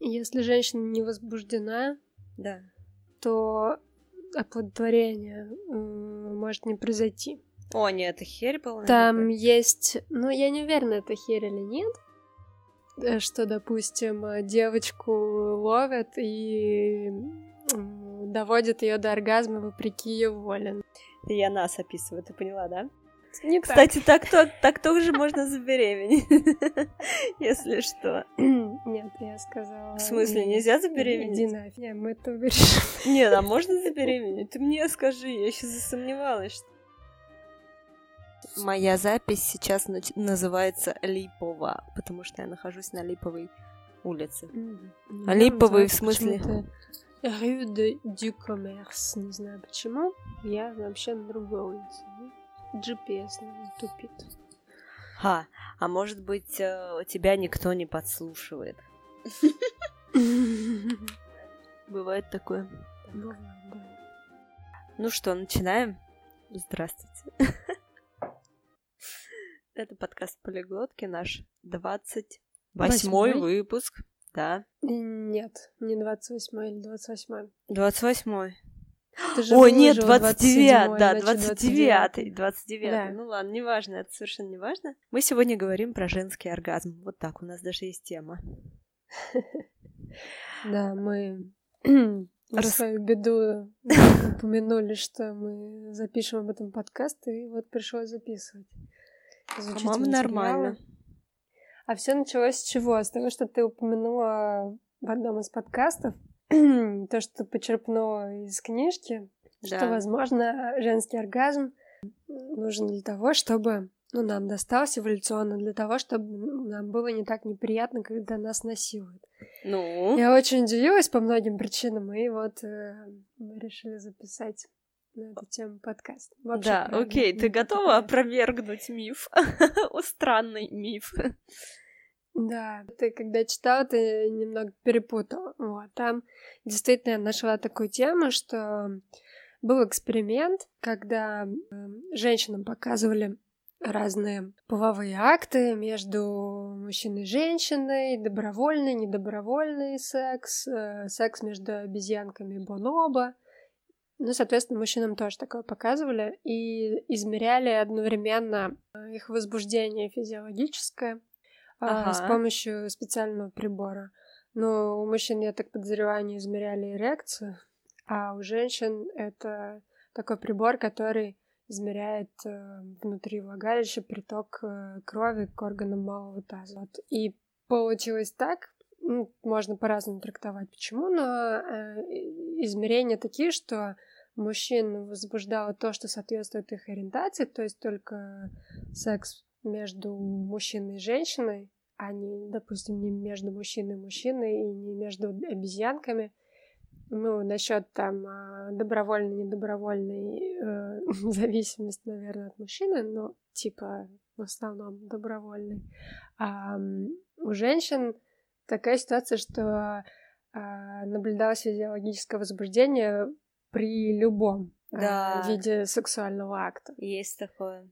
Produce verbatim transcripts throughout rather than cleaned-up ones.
Если женщина не возбуждена, да, то оплодотворение э, может не произойти. О, нет, это херь полная. Там такая. есть... Ну, я не уверена, это херь или нет. Что, допустим, девочку ловят и доводят ее до оргазма вопреки ее воле. Это я нас описываю, ты поняла, да? Не Кстати, так, так, так тоже можно забеременеть, если что. Нет, я сказала... В смысле, нельзя забеременеть? Иди нафиг. Нет, мы это решим. Нет, а можно забеременеть? Ты мне скажи, я еще засомневалась. Моя запись сейчас называется Липова, потому что я нахожусь на Липовой улице. А Липовый в смысле... Rue de, du Commerce. Не знаю почему. Я вообще на другой улице. джи пи эс наверное, тупит. Ха, а может быть, тебя никто не подслушивает? Бывает такое? Бывает, да. Ну что, начинаем? Здравствуйте. Это подкаст «Полиглотки», наш двадцать восьмой выпуск. Да. Нет, не двадцать восьмой или двадцать восьмой. двадцать восьмой. Ой, нет, двадцать девятый, да, двадцать девятый, двадцать девятый. Да. Ну ладно, неважно, это совершенно неважно. Мы сегодня говорим про женский оргазм. Вот так, у нас даже есть тема. Да, мы в свою беду упомянули, что мы запишем об этом подкаст, и вот пришлось записывать. По-моему, нормально. А все началось с чего? С того, что ты упомянула в одном из подкастов, то, что ты почерпнула из книжки, да. Что, возможно, женский оргазм нужен для того, чтобы ну, нам достался эволюционно, для того, чтобы нам было не так неприятно, когда нас насилуют. Ну? Я очень удивилась по многим причинам, и вот э, мы решили записать на эту тему подкаст. Вообще, да, правда, окей, ты готова такая... опровергнуть миф? Странный миф. Да, ты когда читала, ты немного перепутала. Вот, там действительно я нашла такую тему, что был эксперимент, когда женщинам показывали разные половые акты между мужчиной и женщиной, добровольный, недобровольный секс, секс между обезьянками бонобо. Ну, соответственно, мужчинам тоже такое показывали и измеряли одновременно их возбуждение физиологическое ага. с помощью специального прибора. Но у мужчин, я так подозреваю, они измеряли эрекцию, а у женщин это такой прибор, который измеряет э, внутри влагалища приток э, крови к органам малого таза. Вот. И получилось так, ну, можно по-разному трактовать, почему, но э, измерения такие, что мужчин возбуждало то, что соответствует их ориентации, то есть только секс между мужчиной и женщиной, а не, допустим, не между мужчиной и мужчиной и не между обезьянками. Ну, насчет там добровольной, недобровольной э, зависимости, наверное, от мужчины, но типа в основном добровольной. А у женщин такая ситуация, что э, наблюдалось физиологическое возбуждение при любом да. э, виде сексуального акта. Есть такое.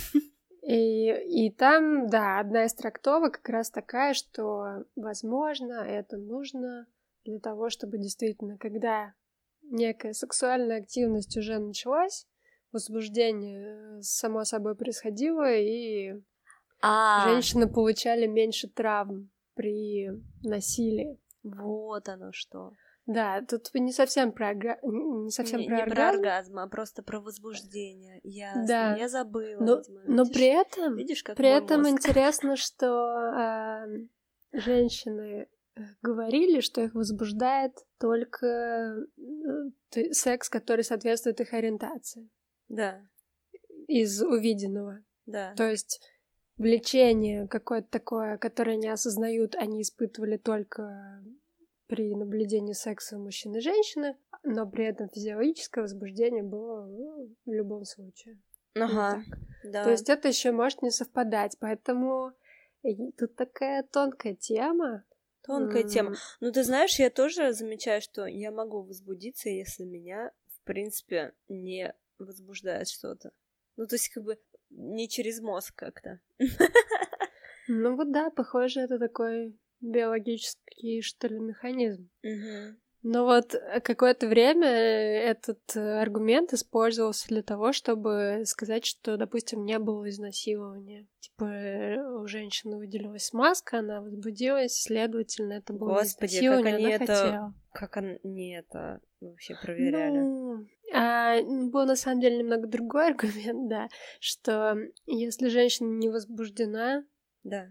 И, и там, да, одна из трактовок как раз такая, что, возможно, это нужно для того, чтобы действительно, когда некая сексуальная активность уже началась, возбуждение само собой происходило, и а. женщины получали меньше травм при насилии. Вот оно что. Да, тут не совсем про, не совсем не, про не оргазм. про оргазм, а просто про возбуждение. Ясно. Да. Я забыла, но, видимо. Но видишь, при этом, видишь, как при этом мозг. интересно, что э, женщины говорили, что их возбуждает только э, секс, который соответствует их ориентации. Да. Из увиденного. Да. То есть влечение какое-то такое, которое они осознают, они испытывали только при наблюдении секса мужчины и женщины, но при этом физиологическое возбуждение было в любом случае. Ага, да. То есть это еще может не совпадать, поэтому тут такая тонкая тема. Тонкая mm. тема. Ну, ты знаешь, я тоже замечаю, что я могу возбудиться, если меня, в принципе, не возбуждает что-то. Ну, то есть, как бы, не через мозг как-то. Ну вот да, похоже, это такой биологический, что ли, механизм. Угу. Но вот какое-то время этот аргумент использовался для того, чтобы сказать, что, допустим, не было изнасилования. Типа у женщины выделилась смазка, она возбудилась, следовательно, это было Господи, не изнасилование, как они она это... хотела. Как они это вообще проверяли? Ну, а, был на самом деле немного другой аргумент, да, что если женщина не возбуждена, да.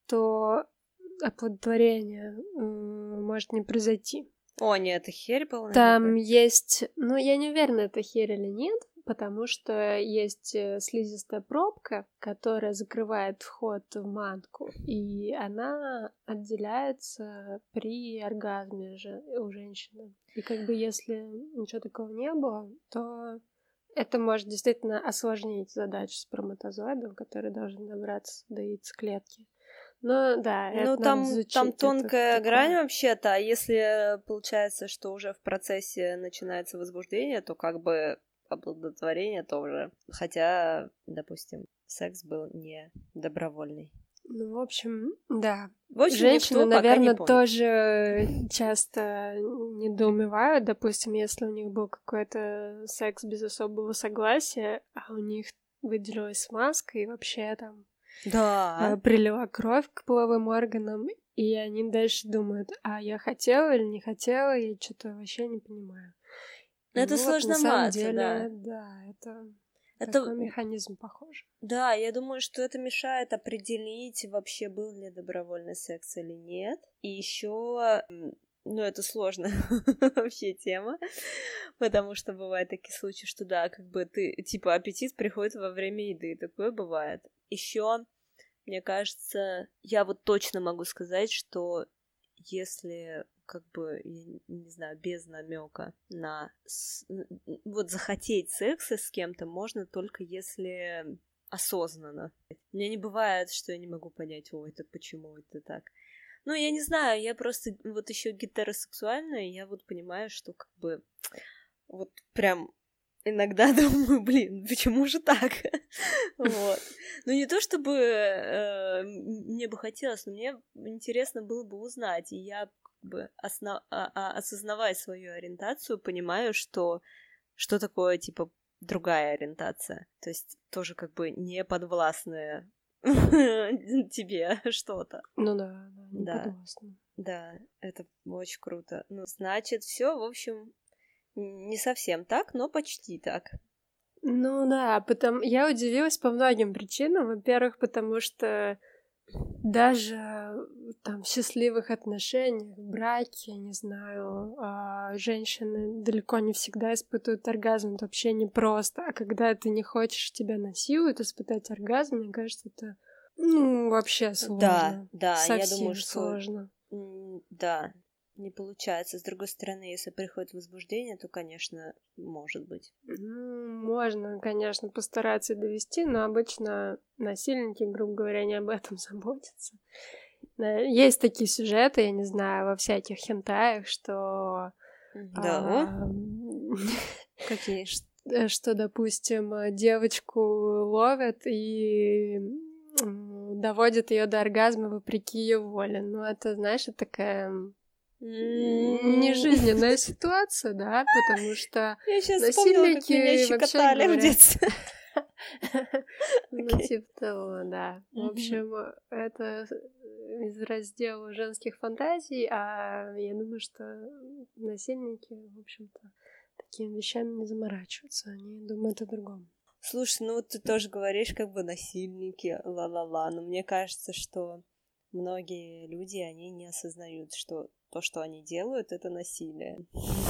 то оплодотворение э, может не произойти. О, нет, это херь была? Там есть... Ну, я не уверена, это херь или нет, потому что есть слизистая пробка, которая закрывает вход в матку, и она отделяется при оргазме же у женщины. И как бы если ничего такого не было, то это может действительно осложнить задачу сперматозоидом, который должен добраться до яйцеклетки. Ну да, ну, это там, надо изучить, там тонкая это грань такое. вообще-то, а если получается, что уже в процессе начинается возбуждение, то как бы оплодотворение тоже. Хотя, допустим, секс был не добровольный. Ну, в общем, да. В общем, женщины, никто наверное, пока не понял. тоже часто недоумевают, допустим, если у них был какой-то секс без особого согласия, а у них выделилась смазка и вообще там да. э, прилила кровь к половым органам, и они дальше думают, а я хотела или не хотела, я что-то вообще не понимаю. Ну, это вот, сложновато, на самом деле, да. Да, это... Это... Такой механизм похож. Да, я думаю, что это мешает определить, вообще был ли добровольный секс или нет. И еще, ну, это сложно вообще тема, потому что бывают такие случаи, что да, как бы ты, типа, аппетит приходит во время еды, такое бывает. Еще, мне кажется, я вот точно могу сказать, что если как бы, я не знаю, без намека на с... вот захотеть секса с кем-то можно только если осознанно. У меня не бывает, что я не могу понять, ой, это почему это так. Ну, я не знаю, я просто вот еще гетеросексуальная, и я вот понимаю, что как бы вот прям иногда думаю, блин, почему же так? Вот. Ну, не то чтобы э, мне бы хотелось, но мне интересно было бы узнать. И я, как бы, основ... а, а, осознавая свою ориентацию, понимаю, что что такое, типа, другая ориентация. То есть тоже как бы не подвластная тебе что-то. Ну да, да, не да. подвластная. Да, это очень круто. Ну, значит, все, в общем, не совсем так, но почти так. Ну да, потом я удивилась по многим причинам. Во-первых, потому что даже там в счастливых отношениях, в браке, не знаю, женщины далеко не всегда испытывают оргазм. Это вообще непросто. А когда ты не хочешь, тебя насилуют испытать оргазм, мне кажется, это ну, вообще сложно. Да, да, Совсем я думаю, что сложно. Да, не получается. С другой стороны, если приходит возбуждение, то, конечно, может быть. Ну, можно, конечно, постараться довести, но обычно насильники, грубо говоря, не об этом заботятся. Есть такие сюжеты, я не знаю, во всяких хентаях, что... Да? Какие? Что, допустим, девочку ловят и доводят ее до оргазма вопреки ее воле. Ну, это, знаешь, это такая... нежизненная ситуация, да, потому что я сейчас насильники вспомнила, как меня щекотали говоря... в детстве. Ну, типа того, да. В общем, это из раздела женских фантазий, а я думаю, что насильники, в общем-то, такими вещами не заморачиваются, они думают о другом. Слушай, ну ты тоже говоришь, как бы насильники, ла-ла-ла, но мне кажется, что многие люди, они не осознают, что то, что они делают, это насилие.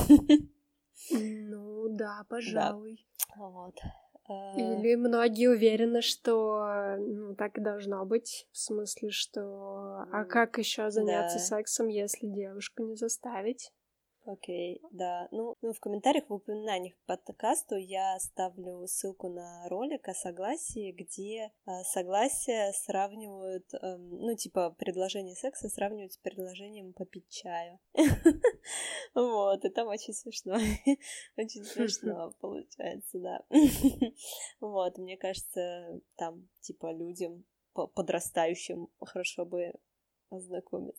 Ну да, пожалуй. Да. Вот. Или многие уверены, что ну, так и должно быть. В смысле, что а как еще заняться да. сексом, если девушку не заставить? Окей, okay, да. Ну, ну, в комментариях, в упоминаниях к подкасту я оставлю ссылку на ролик о согласии, где э, согласие сравнивают, э, ну, типа, предложение секса сравнивают с предложением попить чаю. Вот, и там очень смешно. Очень смешно получается, да. Вот, мне кажется, там, типа, людям подрастающим хорошо бы ознакомиться.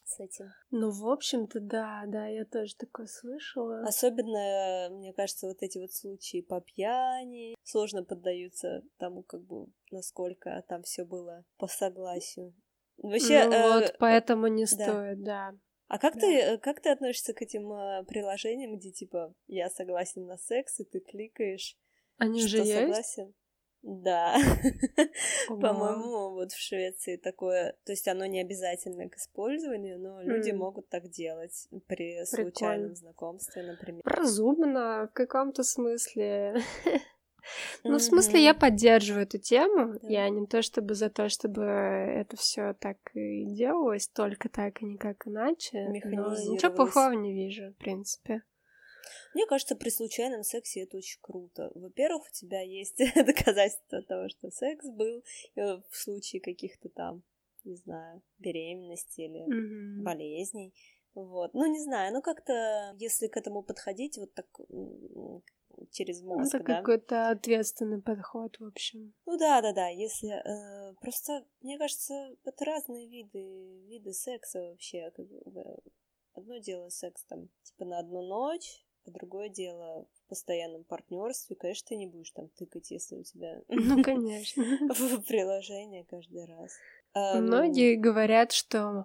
с этим. Ну, в общем-то, да, да, я тоже такое слышала. Особенно, мне кажется, вот эти вот случаи по пьяни сложно поддаются тому, как бы, насколько там все было по согласию. Вообще, ну э, вот, поэтому не да. стоит, да. А как Да. ты, как ты относишься к этим э, приложениям, где типа я согласен на секс, и ты кликаешь, Они уже что есть? согласен? Да. Ого. По-моему, вот в Швеции такое, то есть оно не обязательно к использованию, но люди М, могут так делать при Прикольно. случайном знакомстве, например. Разумно, в каком-то смысле. Ну, в смысле, я Мгм. поддерживаю эту тему. Да. Я не то чтобы за то, чтобы это все так и делалось, только так и никак иначе. Но ничего Механизировалось. плохого не вижу, в принципе. Мне кажется, при случайном сексе это очень круто. Во-первых, у тебя есть доказательства того, что секс был э, в случае каких-то там, не знаю, беременности или Мгм. болезней. Вот. Ну, не знаю, ну как-то, если к этому подходить вот так м, через мозг, Это да. какой-то ответственный подход, в общем. Ну да, да, да. Если э, просто, мне кажется, это разные виды, виды секса вообще. Как бы, одно дело секс там типа на одну ночь, а другое дело в постоянном партнерстве. Конечно, ты не будешь там тыкать, если у тебя Ну, конечно. в приложение каждый раз. Эм, Многие говорят, что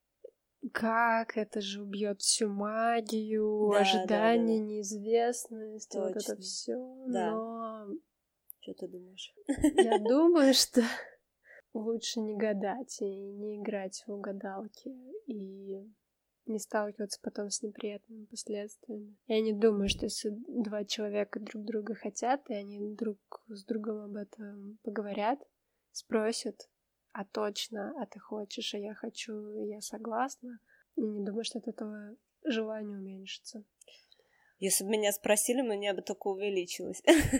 как это же убьет всю магию, Да, да, да, ожидание, да. неизвестность, вот это Точно. все. Да. Но Что ты думаешь? я думаю, что лучше не гадать и не играть в угадалки и не сталкиваться потом с неприятными последствиями. Я не думаю, что если два человека друг друга хотят, и они друг с другом об этом поговорят, спросят, а точно, а ты хочешь, а я хочу, и я согласна, я не думаю, что от этого желание уменьшится. Если бы меня спросили, у меня бы только увеличилось.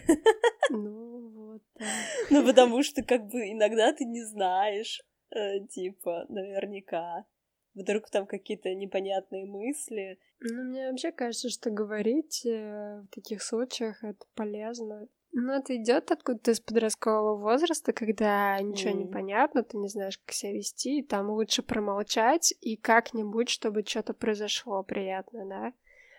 Ну, вот, да. Ну, потому что, как бы, иногда ты не знаешь, э, типа, наверняка. Вдруг там какие-то непонятные мысли. Ну, мне вообще кажется, что говорить э, в таких случаях это полезно. Но это идет откуда-то из подросткового возраста, когда ничего не М. понятно, ты не знаешь, как себя вести, и там лучше промолчать и как-нибудь, чтобы что-то произошло приятное, да?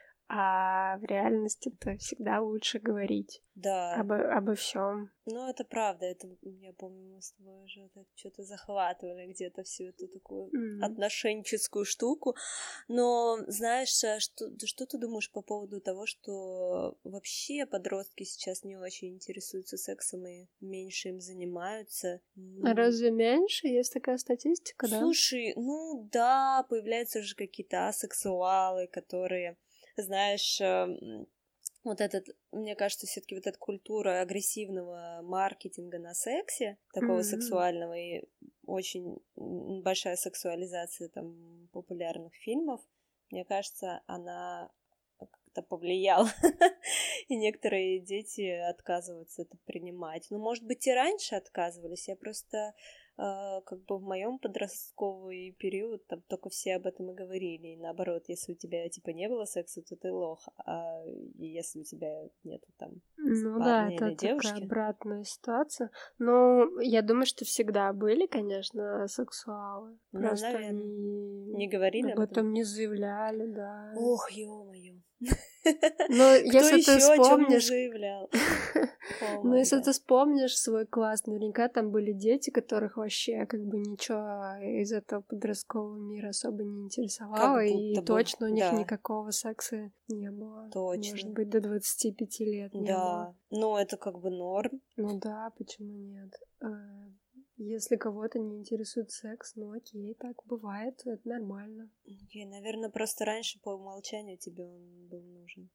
А в реальности-то всегда лучше говорить Да. обо, обо всем. Ну, это правда. Это, я помню, мы с тобой уже что-то захватывали где-то всю эту такую М. отношенческую штуку. Но, знаешь, а что, да что ты думаешь по поводу того, что вообще подростки сейчас не очень интересуются сексом и меньше им занимаются? А М, разве меньше? Есть такая статистика, да? Слушай, ну да, появляются же какие-то асексуалы, которые, знаешь, эм, вот этот, мне кажется, все-таки вот эта культура агрессивного маркетинга на сексе, такого М. сексуального, и очень м, большая сексуализация там популярных фильмов, мне кажется, она как-то повлияла. И некоторые дети отказываются это принимать. Ну, может быть, и раньше отказывались. Я просто а, как бы в моем подростковый период там только все об этом и говорили. И наоборот, если у тебя типа не было секса, то ты лох. А если у тебя нету там Ну да, парня это или такая девушки, обратная ситуация. Но я думаю, что всегда были, конечно, сексуалы. ну, Просто наверное, они не говорили об об этом. этом не заявляли, да. Ох, ё-моё. Но Кто если ты еще о чем не вспомнишь... заявлял? О Ну, май если гад. ты вспомнишь свой класс, наверняка там были дети, которых вообще как бы ничего из этого подросткового мира особо не интересовало, Как и будто бы, точно у них да, никакого секса не было. Может точно. быть, до двадцати пяти лет не было. Да, ну это как бы норм. Ну да, почему нет? Э, Если кого-то не интересует секс, ну окей, так бывает, это нормально. Окей, наверное, просто раньше по умолчанию тебе он был нужен.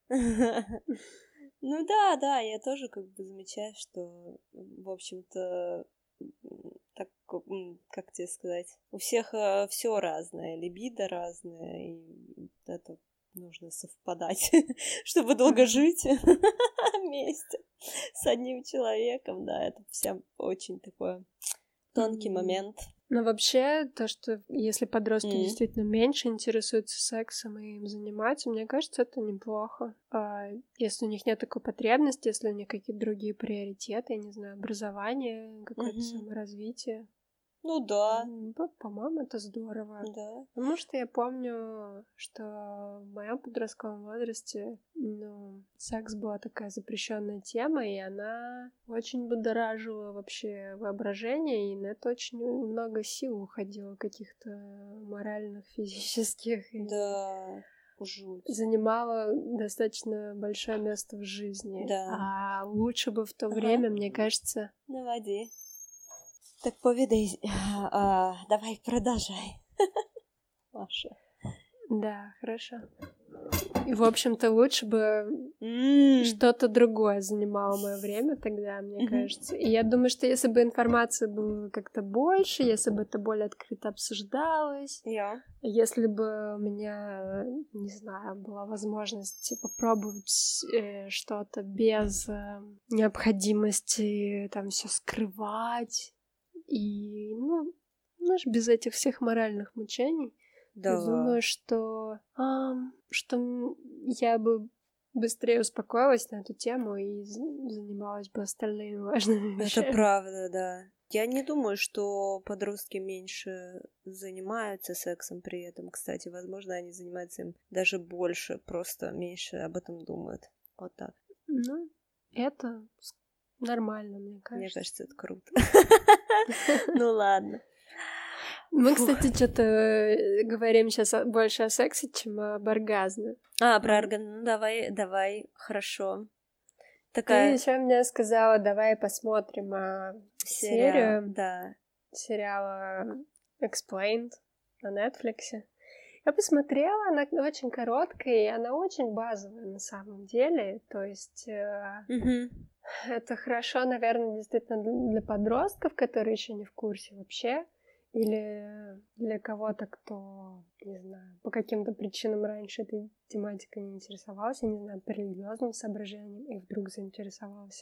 Ну да, да, я тоже как бы замечаю, что, в общем-то, м, так, м, как тебе сказать, у всех все разное, либидо разное, и это нужно совпадать, чтобы долго Мгм. жить вместе с одним человеком, да, это всем очень такой тонкий М. момент. Но вообще, то, что если подростки М. действительно меньше интересуются сексом и им занимаются, мне кажется, это неплохо. А если у них нет такой потребности, если у них какие-то другие приоритеты, я не знаю, образование, какое-то Мгм. саморазвитие. Ну да. По-моему, это здорово. Да. Потому что я помню, что в моем подростковом возрасте, ну, секс была такая запрещенная тема, и она очень будоражила вообще воображение, и на это очень много сил уходило, каких-то моральных, физических. Да. Жуть. Занимала достаточно большое место в жизни. Да. А лучше бы в то ага. время, мне кажется... Наводи. Так поведай. А, давай, продолжай. Маша. Да, хорошо. И, в общем-то, лучше бы mm. что-то другое занимало мое время тогда, мне mm-hmm. кажется. И я думаю, что если бы информации было как-то больше, если бы это более открыто обсуждалось, yeah. если бы у меня, не знаю, была возможность попробовать э, что-то без э, необходимости там все скрывать и, ну, знаешь, без этих всех моральных мучений. Да. Я думаю, что, а, что я бы быстрее успокоилась на эту тему и занималась бы остальными важными вещами. Это правда, да. Я не думаю, что подростки меньше занимаются сексом при этом. Кстати, возможно, они занимаются им даже больше, просто меньше об этом думают. Вот так. Ну, это нормально, мне кажется. Мне кажется, это круто. Ну ладно. Мы, кстати, что-то говорим сейчас больше о сексе, чем об оргазме. А, про оргазм. Ну, давай, давай, хорошо. Такая... Ты еще мне сказала, давай посмотрим а, Сериал, серию да. сериала Explained на Netflix. Я посмотрела, она очень короткая, и она очень базовая на самом деле. То есть э, mm-hmm. это хорошо, наверное, действительно для подростков, которые еще не в курсе вообще. Или для кого-то, кто, не знаю, по каким-то причинам раньше этой тематикой не интересовался, не знаю, по религиозным соображениям, и вдруг заинтересовался.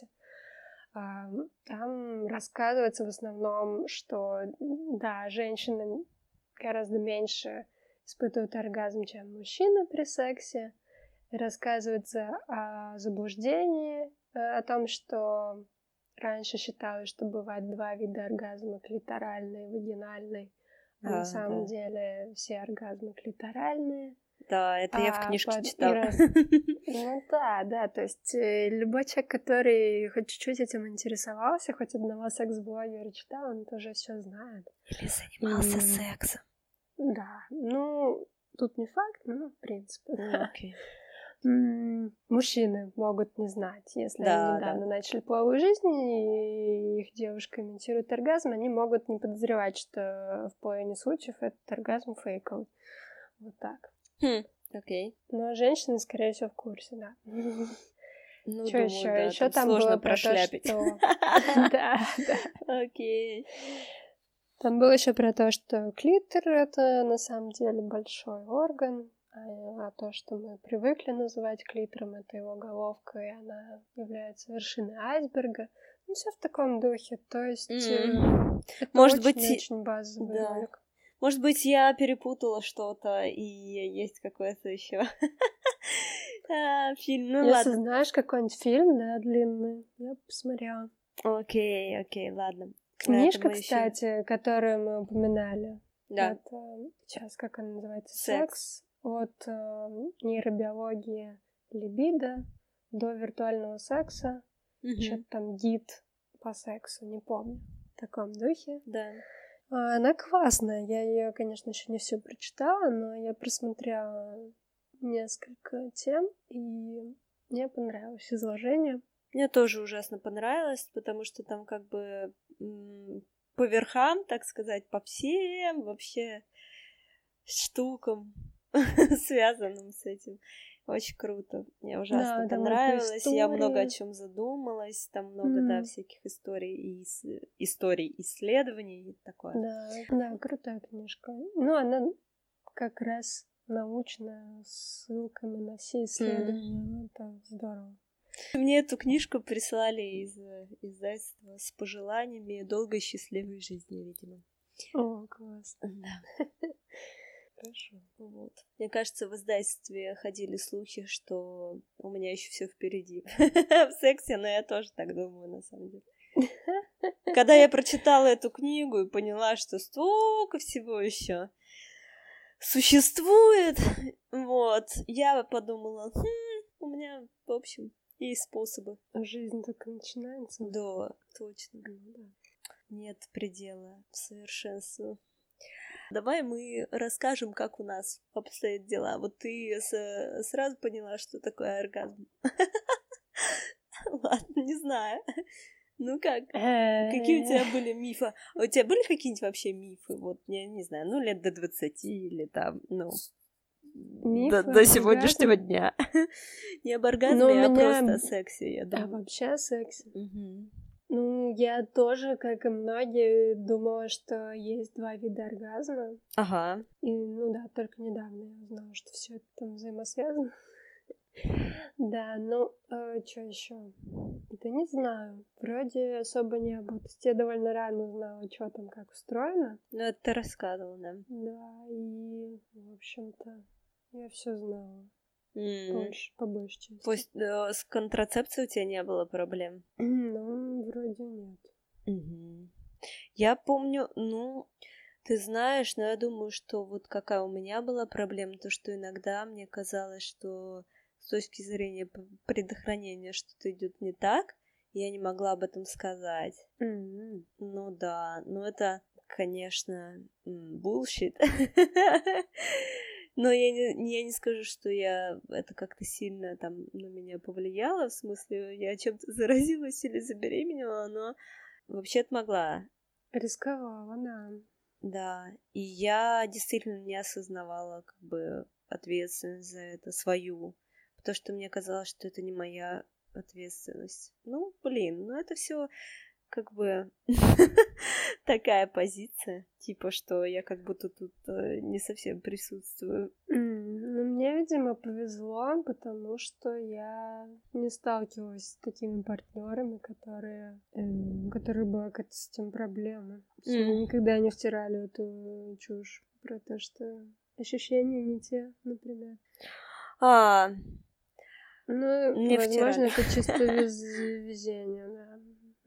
Там рассказывается в основном, что, да, женщины гораздо меньше испытывают оргазм, чем мужчины при сексе. Рассказывается о заблуждении, о том, что... Раньше считалось, что бывает два вида оргазма, клиторальный и вагинальный. А, а на самом да. деле все оргазмы клиторальные. Да, это а, я в книжке под... читала. Раз... Ну да, да, то есть любой человек, который хоть чуть-чуть этим интересовался, хоть одного секс-блогера читал, он тоже все знает. Или занимался и... сексом. Да, ну, тут не факт, но в принципе. Окей. Okay. Мужчины могут не знать, если да, они недавно да. начали половую жизнь, и их девушка имитирует оргазм, они могут не подозревать, что в половине случаев этот оргазм фейковый. Вот так. Хм, окей. Но женщины, скорее всего, в курсе, да. Ну, что еще? Да, еще там, там сложно было прошляпить. Про то, что... Да, да. Окей. Там было еще про то, что клитор — это на самом деле большой орган, а то, что мы привыкли называть клитором, это его головка, и она является вершиной айсберга. Ну, все в таком духе. То есть mm. это Может очень, быть, очень базовый да. ролик. Может быть, я перепутала что-то, и есть какой-то еще фильм. Ну, Если ладно. знаешь какой-нибудь фильм, да, длинный, я бы посмотрела. Окей, окей, ладно. Книжка, кстати, еще... которую мы упоминали. Да. Это сейчас, как она называется? Секс. Секс. От э, нейробиологии либидо до виртуального секса. Mm-hmm. Что-то там гид по сексу, не помню. В таком духе. Да. А, она классная. Я ее, конечно, еще не все прочитала, но я просмотрела несколько тем, и мне понравилось изложение. Мне тоже ужасно понравилось, потому что там как бы м- по верхам, так сказать, по всем вообще штукам, связанным с этим. Очень круто. Мне ужасно да, понравилось. Я много о чем задумалась. Там много, mm. да, всяких историй и ис... историй, исследований и такое. Да, да, крутая книжка. Ну, она как раз научная, с ссылками на все исследования. Mm. Это здорово. Мне эту книжку прислали из издательства с пожеланиями долгой счастливой жизни, видимо. О, класс. Да. Хорошо. Вот. Мне кажется, в издательстве ходили слухи, что у меня еще все впереди в сексе, но я тоже так думаю, на самом деле. Когда я прочитала эту книгу и поняла, что столько всего еще существует, вот, я подумала, хм, у меня, в общем, есть способы. Жизнь только начинается. Да, точно. Нет предела совершенству. Давай мы расскажем, как у нас обстоят дела. Вот ты с- сразу поняла, что такое оргазм? Ладно, не знаю. Ну как? Какие у тебя были мифы? А у тебя были какие-нибудь вообще мифы? Вот, я не знаю, ну, лет до двадцати или там, ну, Мифы до, до об сегодняшнего оргазме? дня. Не об Ну, оргазме, у а меня... просто о сексе, я А, думаю. вообще о сексе. Мгм. Ну, я тоже, как и многие, думала, что есть два вида оргазма. Ага. И, ну да, только недавно я узнала, что все это там взаимосвязано. Да, ну, что еще? Да не знаю. Вроде особо не было. То есть я довольно рано узнала, что там, как устроено. Ну, это ты рассказывала, да. Да, и, в общем-то, я все знала. М. Больше, по большей части. Пусть э, с контрацепцией у тебя не было проблем? Ну, вроде нет. Мгм. Я помню, ну, ты знаешь, но я думаю, что вот какая у меня была проблема, то, что иногда мне казалось, что с точки зрения п- предохранения что-то идет не так, и я не могла об этом сказать. М. Ну да, ну это, конечно, булщит. Но я не, я не скажу, что я это как-то сильно там на меня повлияло, в смысле, я чем-то заразилась или забеременела, но вообще-то могла. Рисковала, да. Да, и я действительно не осознавала как бы ответственность за это свою, потому что мне казалось, что это не моя ответственность. Ну, блин, ну это все как бы такая позиция, типа, что я как будто тут э, не совсем присутствую. М, Ну, мне, видимо, повезло, потому что я не сталкивалась с такими партнерами, которые, эм, у которых была какая-то с этим проблема. То есть они М. никогда не втирали эту чушь про то, что ощущения не те, например. А, Ну, мне возможно, втирали. это чисто вез- везение, да.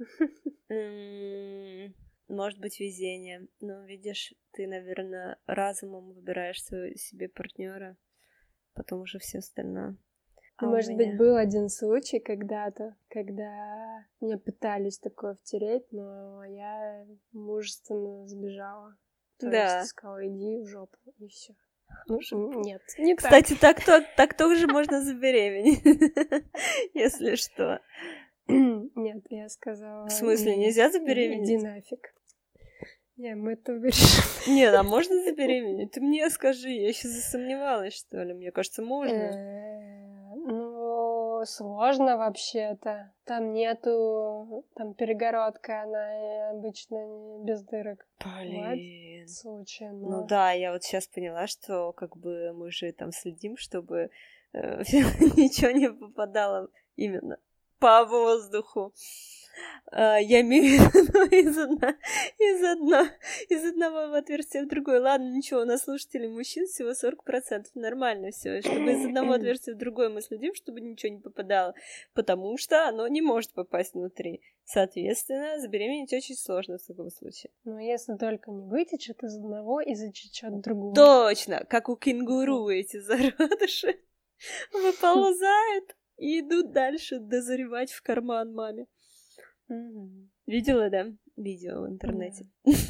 М, Может быть, везение. Но видишь, ты, наверное, разумом выбираешь своего- себе партнера, потом уже все остальное. А у Может быть, меня... был один случай когда-то, когда меня пытались такое втереть, но я мужественно сбежала. То Да. есть сказала, иди в жопу, и все. Ну, В жопу. н- нет, не Кстати, так, то, так тоже можно забеременеть, если что. так. Нет, я сказала... В смысле, «Не, нельзя Иди забеременеть? нафиг. Не, мы это решим. Нет, а можно забеременеть? Ты мне скажи, я сейчас засомневалась, что ли. Мне кажется, можно. Э, Ну, сложно вообще-то. Там нету... Там перегородка, она обычно не без дырок. Блин. Случай, Ну но... да, я вот сейчас поняла, что как бы мы же там следим, чтобы э, ничего не попадало именно по воздуху. А, я имею в виду из, одно, из, одно, из одного отверстия в другое. Ладно, ничего, у нас слушателей мужчин всего сорок процентов. Нормально все. Чтобы из одного отверстия в другое мы следим, чтобы ничего не попадало. Потому что оно не может попасть внутри. Соответственно, забеременеть очень сложно в таком случае. Ну, если только не вытечет из одного и зачечет другого. Точно, как у кенгуру эти зародыши выползают и идут дальше дозревать в карман маме. Мгм. Видела, да? Видео в интернете.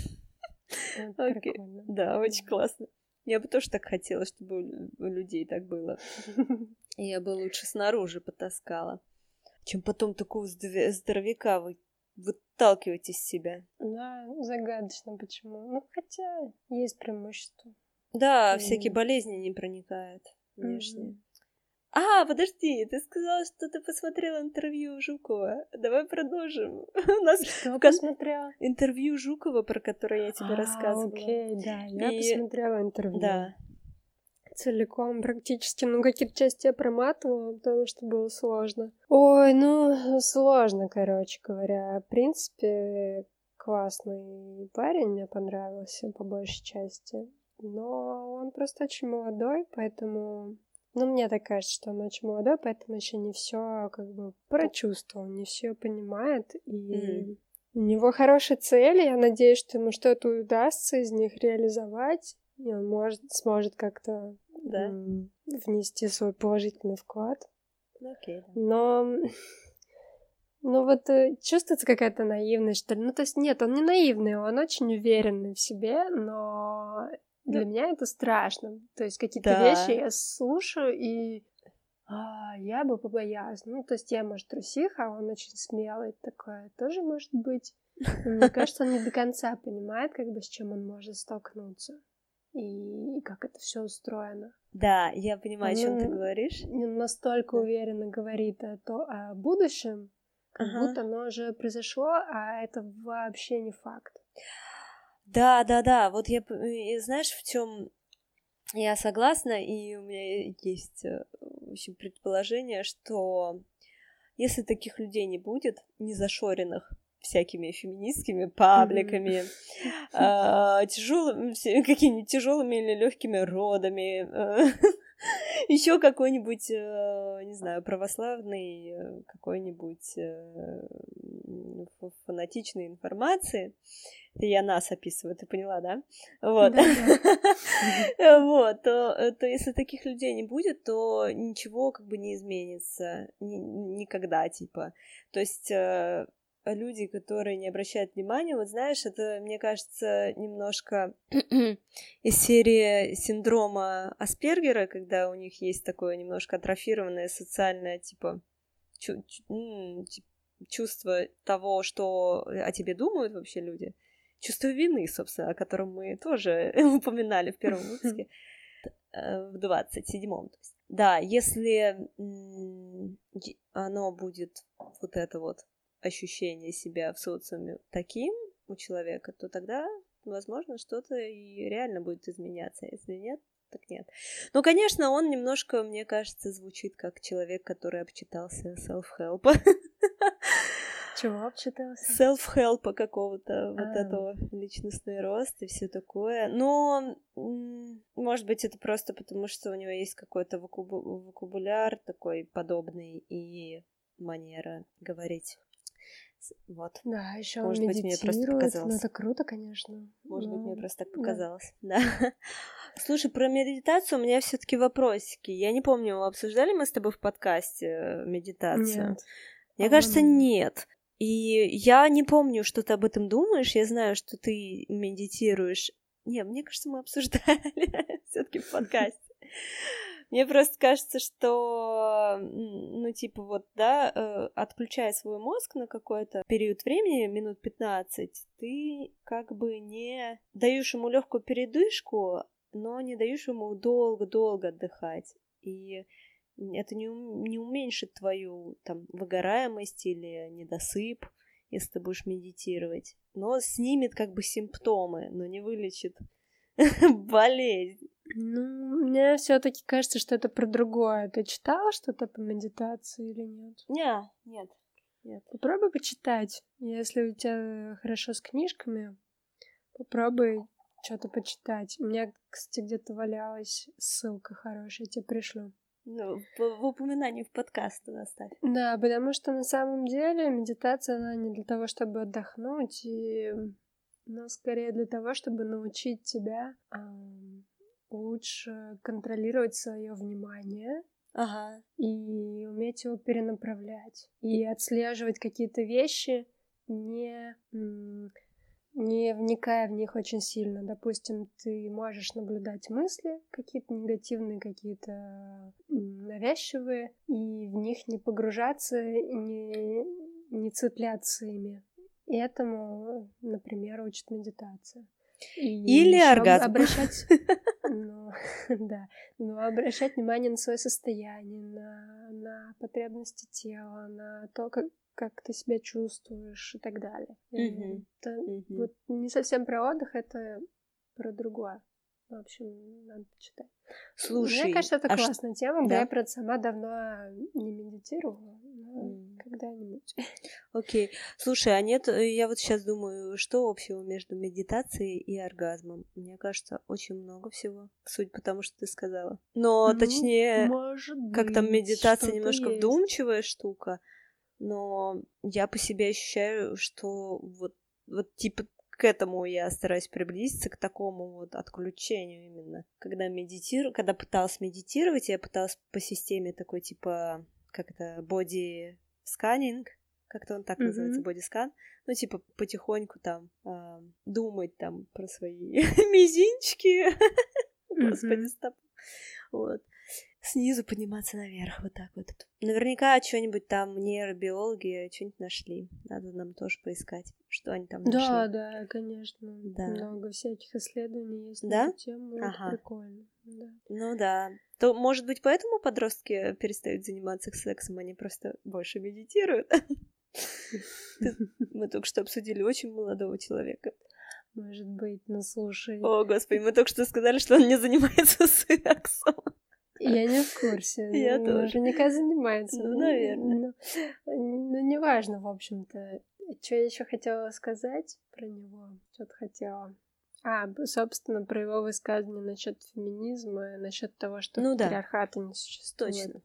Это Окей. прикольно. Да, очень классно. Я бы тоже так хотела, чтобы у лю- у людей так было. Я бы лучше снаружи потаскала, чем потом такого здоровя- здоровяка вы выталкивать из себя. Да, загадочно почему. Ну, хотя есть преимущество. Да, Или всякие нет? болезни не проникают внешне. Мгм. А, подожди, ты сказала, что ты посмотрела интервью Жукова. Давай продолжим. У нас Что в кон- посмотрела? интервью Жукова, про которое я тебе А, рассказывала. окей, да, я И- посмотрела интервью. Да. Целиком практически. Ну, какие-то части я проматывала, потому что было сложно. Ой, ну, сложно, короче говоря. В принципе, классный парень, мне понравился по большей части. Но он просто очень молодой, поэтому... Ну, мне так кажется, что он очень молодой, поэтому еще не все как бы прочувствовал, не все понимает. И Мгм. У него хорошие цели, я надеюсь, что ему что-то удастся из них реализовать, и он может, сможет как-то Да. м, внести свой положительный вклад. Окей, да. Но, ну вот э, чувствуется какая-то наивность, что ли. Ну, то есть нет, он не наивный, он очень уверенный в себе, но для Ну, меня это страшно. То есть какие-то да. вещи я слушаю, и а, я бы побоялась. Ну, то есть я, может, трусиха, а он очень смелый, такое тоже может быть. Но мне кажется, он не до конца понимает, как бы с чем он может столкнуться и, и как это все устроено. Да, я понимаю, о чем ты Он говоришь. настолько Да. уверенно говорит о, то, о будущем, как Ага. будто оно уже произошло, а это вообще не факт. Да, да, да. Вот я, п- и знаешь, в чем я согласна, и у меня есть, э, в общем, предположение, что если таких людей не будет, не зашоренных всякими феминистскими пабликами, тяжелыми, какими-нибудь тяжелыми или легкими родами, еще какой-нибудь, э, не знаю, православный, э, какой-нибудь э, м, ф- фанатичной информации. Это я нас описываю, ты поняла, да? Вот. Да-да. Вот, то, э, то если таких людей не будет, то ничего как бы не изменится. Ни- никогда, типа. То есть э, люди, которые не обращают внимания, вот знаешь, это, мне кажется, немножко из серии синдрома Аспергера, когда у них есть такое немножко атрофированное социальное, типа, чу- чу- м, ти- чувство того, что о тебе думают вообще люди. Чувство вины, собственно, о котором мы тоже упоминали в первом выпуске, э, в двадцать седьмом. То есть. Да, если м, е- оно будет вот это вот ощущение себя в социуме таким у человека, то тогда, возможно, что-то и реально будет изменяться. Если нет, так нет. Ну, конечно, он немножко, мне кажется, звучит как человек, который обчитался self-help. Чего обчитался? Self-help какого-то, вот А, этого, личностный рост и все такое. Но, м, может быть, это просто потому, что у него есть какой-то вокабу- вокабуляр такой подобный и манера говорить. С- Вот. да, еще он Может быть, мне просто медитирует, ну показалось. это круто, конечно. Может быть, мне Ну, просто так да. показалось. Да. Слушай, про медитацию у меня все-таки вопросики. Я не помню, обсуждали мы с тобой в подкасте э, медитацию? Нет. Мне По-моему, кажется, нет. нет. И я не помню, что ты об этом думаешь. Я знаю, что ты медитируешь. Не, мне кажется, мы обсуждали все-таки в подкасте. Мне просто кажется, что, м, ну, типа, вот, да, э, отключая свой мозг на какой-то период времени, минут пятнадцать, ты как бы не даешь ему легкую передышку, но не даешь ему долго-долго отдыхать. И это не, ум- не уменьшит твою там выгораемость или недосып, если ты будешь медитировать. Но снимет как бы симптомы, но не вылечит болезнь. Ну, мне все-таки кажется, что это про другое. Ты читала что-то по медитации или нет? Не, нет, нет. Попробуй почитать. Если у тебя хорошо с книжками, попробуй что-то почитать. У меня, кстати, где-то валялась ссылка хорошая, я тебе пришлю. Ну, в, в упоминании в подкаст оставь. Да, потому что на самом деле медитация, она не для того, чтобы отдохнуть, и... но скорее для того, чтобы научить тебя ам, лучше контролировать свое внимание Ага. и уметь его перенаправлять. И отслеживать какие-то вещи, не, м, не вникая в них очень сильно. Допустим, ты можешь наблюдать мысли, какие-то негативные, какие-то м, навязчивые, и в них не погружаться, не, не цепляться ими. И этому, например, учит медитация. И Или ещё оргазм. обращать, ну, да, но обращать внимание на свое состояние, на, на потребности тела, на то, как, как ты себя чувствуешь и так далее. Мгм. Это Мгм. вот не совсем про отдых, это про другое. В общем, надо почитать. Слушай, Мне кажется, это а ш- классная тема. Да, да? я, правда, сама давно не медитировала, но М. когда-нибудь. Окей. Слушай, а нет, э, я вот сейчас думаю, что общего между медитацией и оргазмом? Мне кажется, очень много всего, суть по тому, что ты сказала. Но, Ну, точнее, может как там быть, медитация что-то немножко есть. вдумчивая штука, но я по себе ощущаю, что вот, вот типа к этому я стараюсь приблизиться, к такому вот отключению именно. Когда медитирую, когда пыталась медитировать, я пыталась по системе такой типа, как это, body scanning, как-то он так mm-hmm. называется, бодискан, ну, типа, потихоньку там э, думать там про свои мизинчики, господи, стоп, вот, снизу подниматься наверх, вот так вот. Наверняка что-нибудь там нейробиологи что-нибудь нашли, надо нам тоже поискать, что они там нашли. Да, да, конечно, да. Много всяких исследований есть да? на эту тему, ага. Это прикольно. Да. Ну да. То, может быть, поэтому подростки перестают заниматься сексом, они просто больше медитируют? Мы только что обсудили очень молодого человека. Может быть, ну слушай. О, господи, мы только что сказали, что он не занимается сексом. Я не в курсе. Я ну, тоже. Наверняка занимается. Ну, наверное. Ну, ну, неважно, в общем-то. Что я еще хотела сказать про него? Что-то хотела. А, собственно, про его высказывание насчет феминизма, насчет того, что ну, патриархата да. не существует. Точно.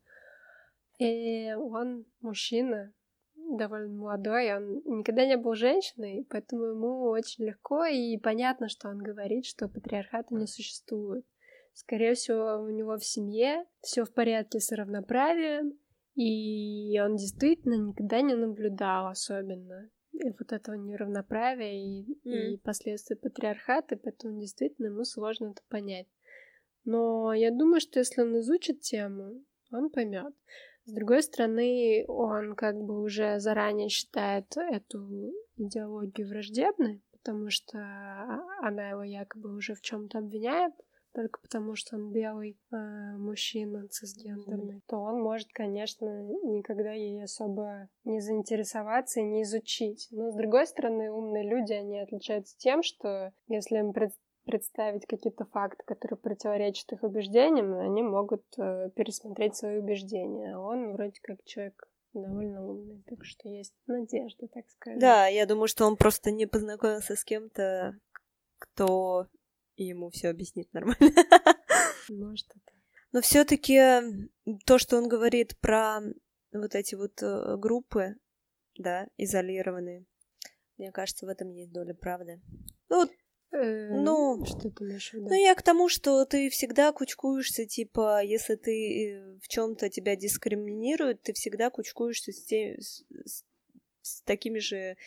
И он мужчина, довольно молодой, он никогда не был женщиной, поэтому ему очень легко и понятно, что он говорит, что патриархата не существует. Скорее всего, у него в семье все в порядке с равноправием, и он действительно никогда не наблюдал особенно вот этого неравноправия и, mm. и последствий патриархата, поэтому действительно ему сложно это понять. Но я думаю, что если он изучит тему, он поймет. С другой стороны, он как бы уже заранее считает эту идеологию враждебной, потому что она его якобы уже в чем-то обвиняет, только потому что он белый э, мужчина цисгендерный, mm. то он может, конечно, никогда ей особо не заинтересоваться и не изучить. Но, с другой стороны, умные люди, они отличаются тем, что если им пред- представить какие-то факты, которые противоречат их убеждениям, они могут э, пересмотреть свои убеждения. А он вроде как человек довольно умный, так что есть надежда, так сказать. Да, я думаю, что он просто не познакомился с кем-то, кто ему все объяснит нормально. Может, это. Но все-таки то, что он говорит про вот эти вот группы, да, изолированные, мне кажется, в этом есть доля правды. Ну, вот, ну, что ты имеешь в виду? Ну, я к тому, что ты всегда кучкуешься, типа, если ты в чем-то тебя дискриминируют, ты всегда кучкуешься с, те, с, с, с такими же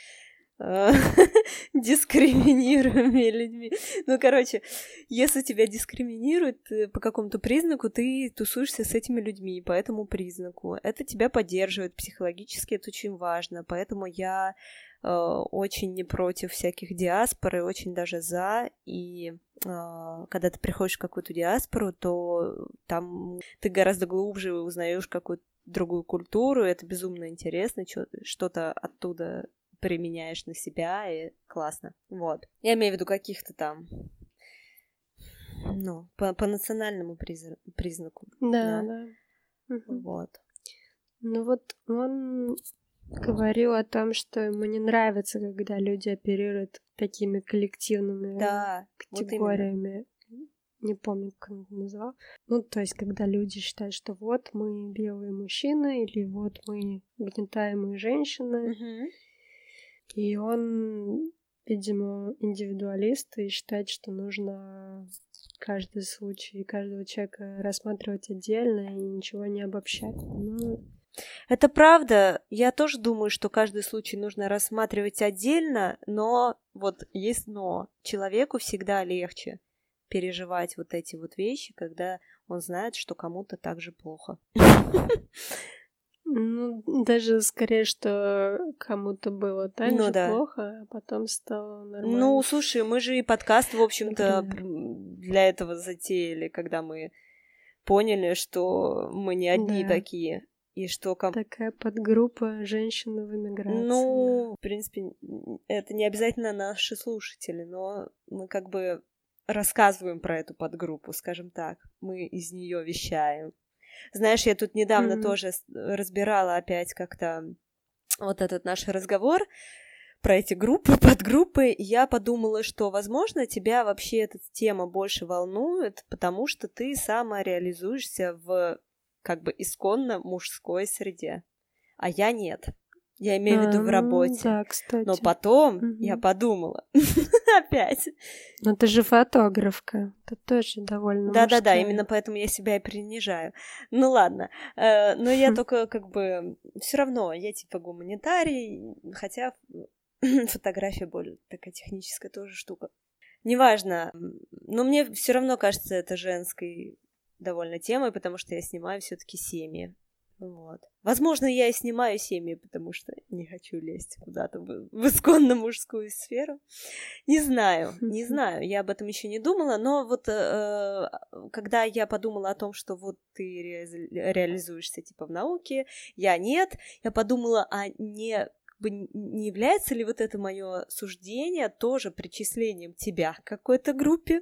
дискриминируемыми людьми. Ну, короче, если тебя дискриминируют по какому-то признаку, ты тусуешься с этими людьми по этому признаку. Это тебя поддерживает психологически, это очень важно. Поэтому я э, очень не против всяких диаспор и очень даже за. И э, когда ты приходишь в какую-то диаспору, то там ты гораздо глубже узнаешь какую-то другую культуру, это безумно интересно, что-то оттуда применяешь на себя, и классно. Вот. Я имею в виду каких-то там, ну, по, по национальному приз... признаку. Да, да. да. Угу. Вот. Ну вот он говорил о том, что ему не нравится, когда люди оперируют такими коллективными да, категориями. Вот не помню, как он это назвал. Ну, то есть, когда люди считают, что вот мы белые мужчины, или вот мы угнетаемые женщины. Угу. И он, видимо, индивидуалист и считает, что нужно каждый случай, каждого человека рассматривать отдельно и ничего не обобщать. Ну, это правда. Я тоже думаю, что каждый случай нужно рассматривать отдельно, но вот есть но. Человеку всегда легче переживать вот эти вот вещи, когда он знает, что кому-то так же плохо. Ну, даже скорее, что кому-то было так ну, же да. плохо, а потом стало нормально. Ну, слушай, мы же и подкаст, в общем-то, Например. для этого затеяли, когда мы поняли, что мы не одни да. такие. И что... Ком... Такая подгруппа женщин в эмиграции. Ну, да. В принципе, это не обязательно наши слушатели, но мы как бы рассказываем про эту подгруппу, скажем так. Мы из нее вещаем. Знаешь, я тут недавно mm-hmm. тоже разбирала опять как-то вот этот наш разговор про эти группы, подгруппы, и я подумала, что, возможно, тебя вообще эта тема больше волнует, потому что ты самореализуешься в как бы исконно мужской среде, а я нет. Я имею в виду в А, работе. да, кстати. Но потом Мгм. я подумала опять. Но ты же фотографка. Это тоже довольно Да-да-да, мужская. именно поэтому я себя и принижаю. Ну ладно, э, но я только как бы все равно, я типа гуманитарий, хотя фотография более такая техническая тоже штука. Неважно, но мне все равно кажется это женской довольно темой, потому что я снимаю все-таки семьи. Вот. Возможно, я и снимаю семьи, потому что не хочу лезть куда-то в, в исконно мужскую сферу. Не знаю, не знаю, я об этом еще не думала, но вот э, когда я подумала о том, что вот ты ре- реализуешься типа в науке, я нет, я подумала, а не бы не является ли вот это мое суждение тоже причислением тебя к какой-то группе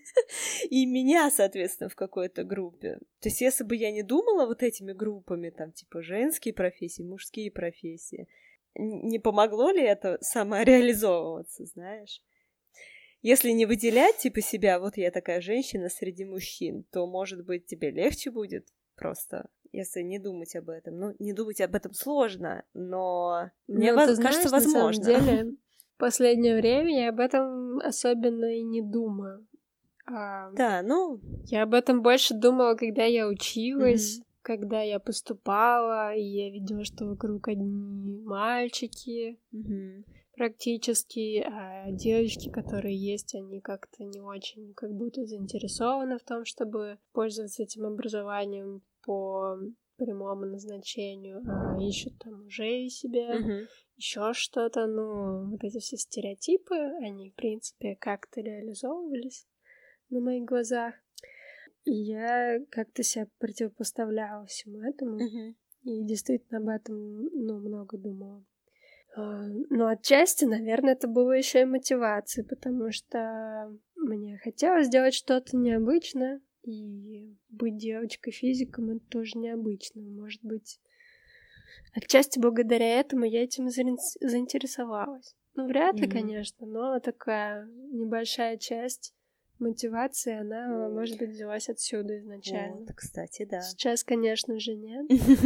и меня, соответственно, в какой-то группе. То есть, если бы я не думала вот этими группами, там, типа, женские профессии, мужские профессии, не помогло ли это самореализовываться, знаешь? Если не выделять, типа, себя, вот я такая женщина среди мужчин, то, может быть, тебе легче будет просто, если не думать об этом. Ну, не думать об этом сложно, но мне Ну, воз... ты знаешь, кажется, возможно. на самом деле, в последнее время я об этом особенно и не думаю. А, Да, ну... Я об этом больше думала, когда я училась, Мгм. когда я поступала, и я видела, что вокруг одни мальчики Мгм. практически, а девочки, которые есть, они как-то не очень как будто заинтересованы в том, чтобы пользоваться этим образованием по прямому назначению, а ищут там мужей себе, Мгм. еще что-то. Ну, вот эти все стереотипы, они, в принципе, как-то реализовывались на моих глазах. И я как-то себя противопоставляла всему этому. Мгм. И действительно об этом, ну, много думала. А, Но отчасти, наверное, это было еще и мотивацией, потому что мне хотелось сделать что-то необычное, и быть девочкой-физиком — это тоже необычно. Может быть, отчасти благодаря этому я этим заин- заинтересовалась. Ну, вряд ли, Мгм. конечно, но такая небольшая часть мотивации, она, может быть, взялась отсюда изначально. Вот, кстати, да. Сейчас, конечно же, нет,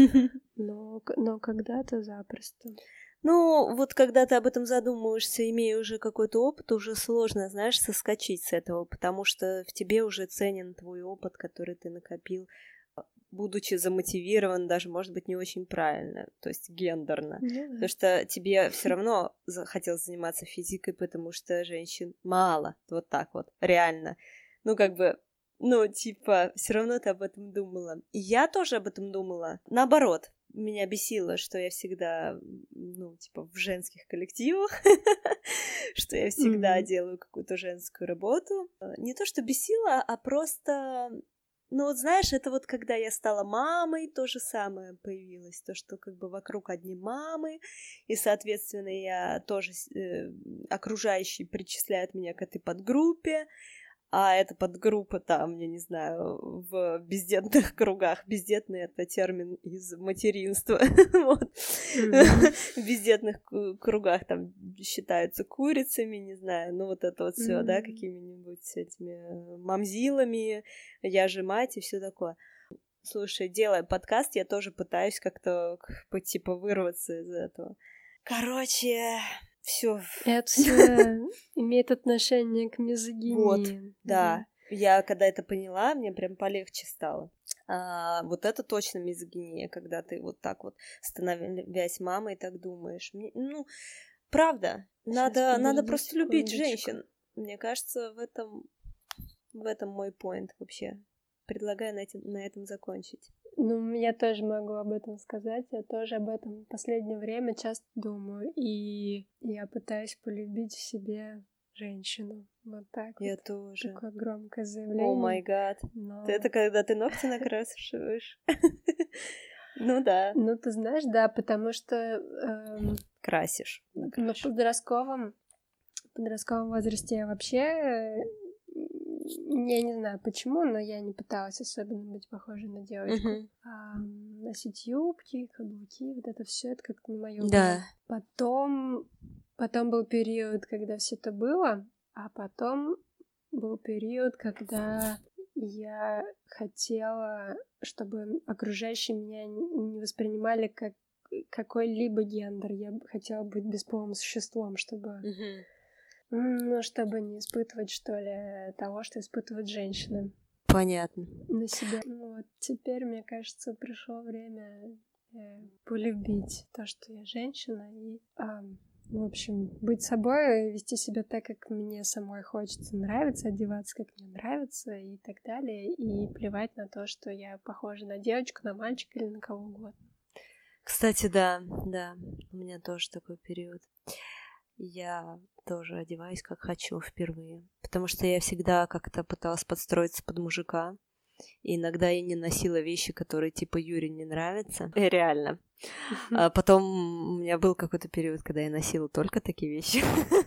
но, к- но когда-то запросто. Ну, вот когда ты об этом задумываешься, имея уже какой-то опыт, уже сложно, знаешь, соскочить с этого, потому что в тебе уже ценен твой опыт, который ты накопил, будучи замотивирован, даже, может быть, не очень правильно, то есть гендерно. Ну да. Потому что тебе все равно захотелось заниматься физикой, потому что женщин мало, вот так вот, реально. Ну, как бы, ну, типа, все равно ты об этом думала. И я тоже об этом думала. Наоборот, меня бесило, что я всегда, ну, типа, в женских коллективах, что я всегда Мгм. делаю какую-то женскую работу. Не то, что бесило, а просто... Ну вот знаешь, это вот когда я стала мамой, то же самое появилось, то, что как бы вокруг одни мамы, и, соответственно, я тоже, э, окружающие причисляют меня к этой подгруппе, а эта подгруппа там, я не знаю, в бездетных кругах, бездетный — это термин из материнства, вот, Мгм. в бездетных ку- кругах там считаются курицами, не знаю, ну вот это вот все, да, М. какими-нибудь этими э, мамзилами, я же мать и все такое. Слушай, делая подкаст, я тоже пытаюсь как-то к- по- типа вырваться из этого. Короче, все. Это все имеет отношение к Вот, мизогинии. да. Да. Я когда это поняла, мне прям полегче стало. А, вот это точно мизогиния, когда ты вот так вот, становясь мамой, так думаешь. Мне- ну, правда, Щас, надо, надо подожди просто любить секундочку. женщин. Мне кажется, в этом, в этом мой поинт вообще. Предлагаю на, этим, на этом закончить. Ну, я тоже могу об этом сказать. Я тоже об этом в последнее время часто думаю. И я пытаюсь полюбить в себе женщину. Вот так Я вот. тоже. Такое громкое О заявление. май гад. Но... Это когда ты ногти накрашиваешь? Ну да. Ну, ты знаешь, да, потому что эм, Красишь. ну, в Накрашиваешь. подростковом, в подростковом возрасте я вообще, э, я не знаю почему, но я не пыталась особенно быть похожей на девочку. Мгм. А, носить юбки, каблуки, вот это все, это как-то не мое. Да. Потом, потом был период, когда все это было, а потом был период, когда я хотела, чтобы окружающие меня не воспринимали как какой-либо гендер. Я бы хотела быть бесполым существом, чтобы... Угу. Ну, чтобы не испытывать, что ли, того, что испытывают женщины. Понятно. На себя. Ну, вот теперь, мне кажется, пришло время э, полюбить то, что я женщина, и, э, в общем, быть собой, вести себя так, как мне самой хочется, нравится, одеваться, как мне нравится, и так далее, и плевать на то, что я похожа на девочку, на мальчика или на кого угодно. Кстати, да, да, у меня тоже такой период. Я тоже одеваюсь, как хочу, впервые. Потому что я всегда как-то пыталась подстроиться под мужика. И иногда я не носила вещи, которые типа Юре не нравятся. И реально. А потом у меня был какой-то период, когда я носила только такие вещи.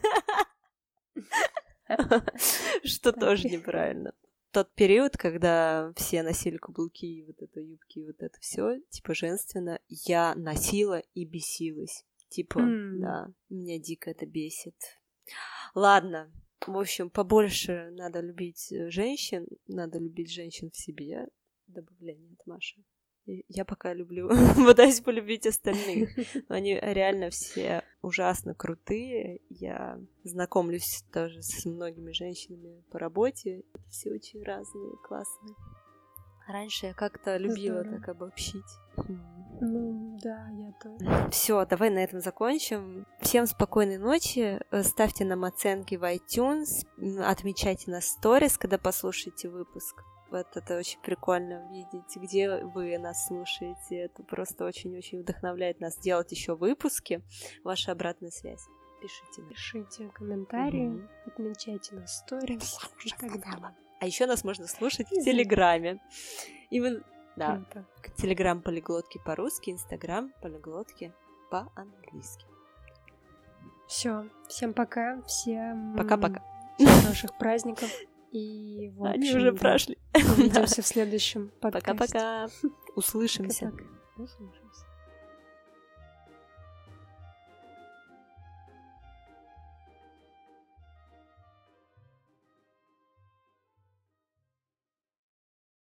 Что тоже неправильно. Тот период, когда все носили каблуки, и вот это юбки, и вот это все, типа женственно, я носила и бесилась. Типа, mm. да, меня дико это бесит. Ладно, в общем, побольше надо любить женщин, надо любить женщин в себе. Добавление от Маши. Я пока люблю, пытаюсь полюбить остальных. Но они реально все ужасно крутые. Я знакомлюсь тоже с многими женщинами по работе. Все очень разные, классные. Раньше я как-то любила Здорово. Так обобщить. Ну, да, я тоже. Все, давай на этом закончим. Всем спокойной ночи. Ставьте нам оценки в iTunes. Отмечайте нас в сторис, когда послушаете выпуск. Вот это очень прикольно видеть, где вы нас слушаете. Это просто очень-очень вдохновляет нас делать еще выпуски. Ваша обратная связь. Пишите. Пишите комментарии, угу. Отмечайте нас в сторис и так далее. А еще нас можно слушать в Телеграме. И вы... Да, Телеграм полиглотки по-русски, Инстаграм полиглотки по-английски. Все, всем пока, всем пока-пока, хороших праздников и в общем, они уже прошли. Увидимся в следующем подкасте. Пока-пока, услышимся. Пока-пока. Услышимся.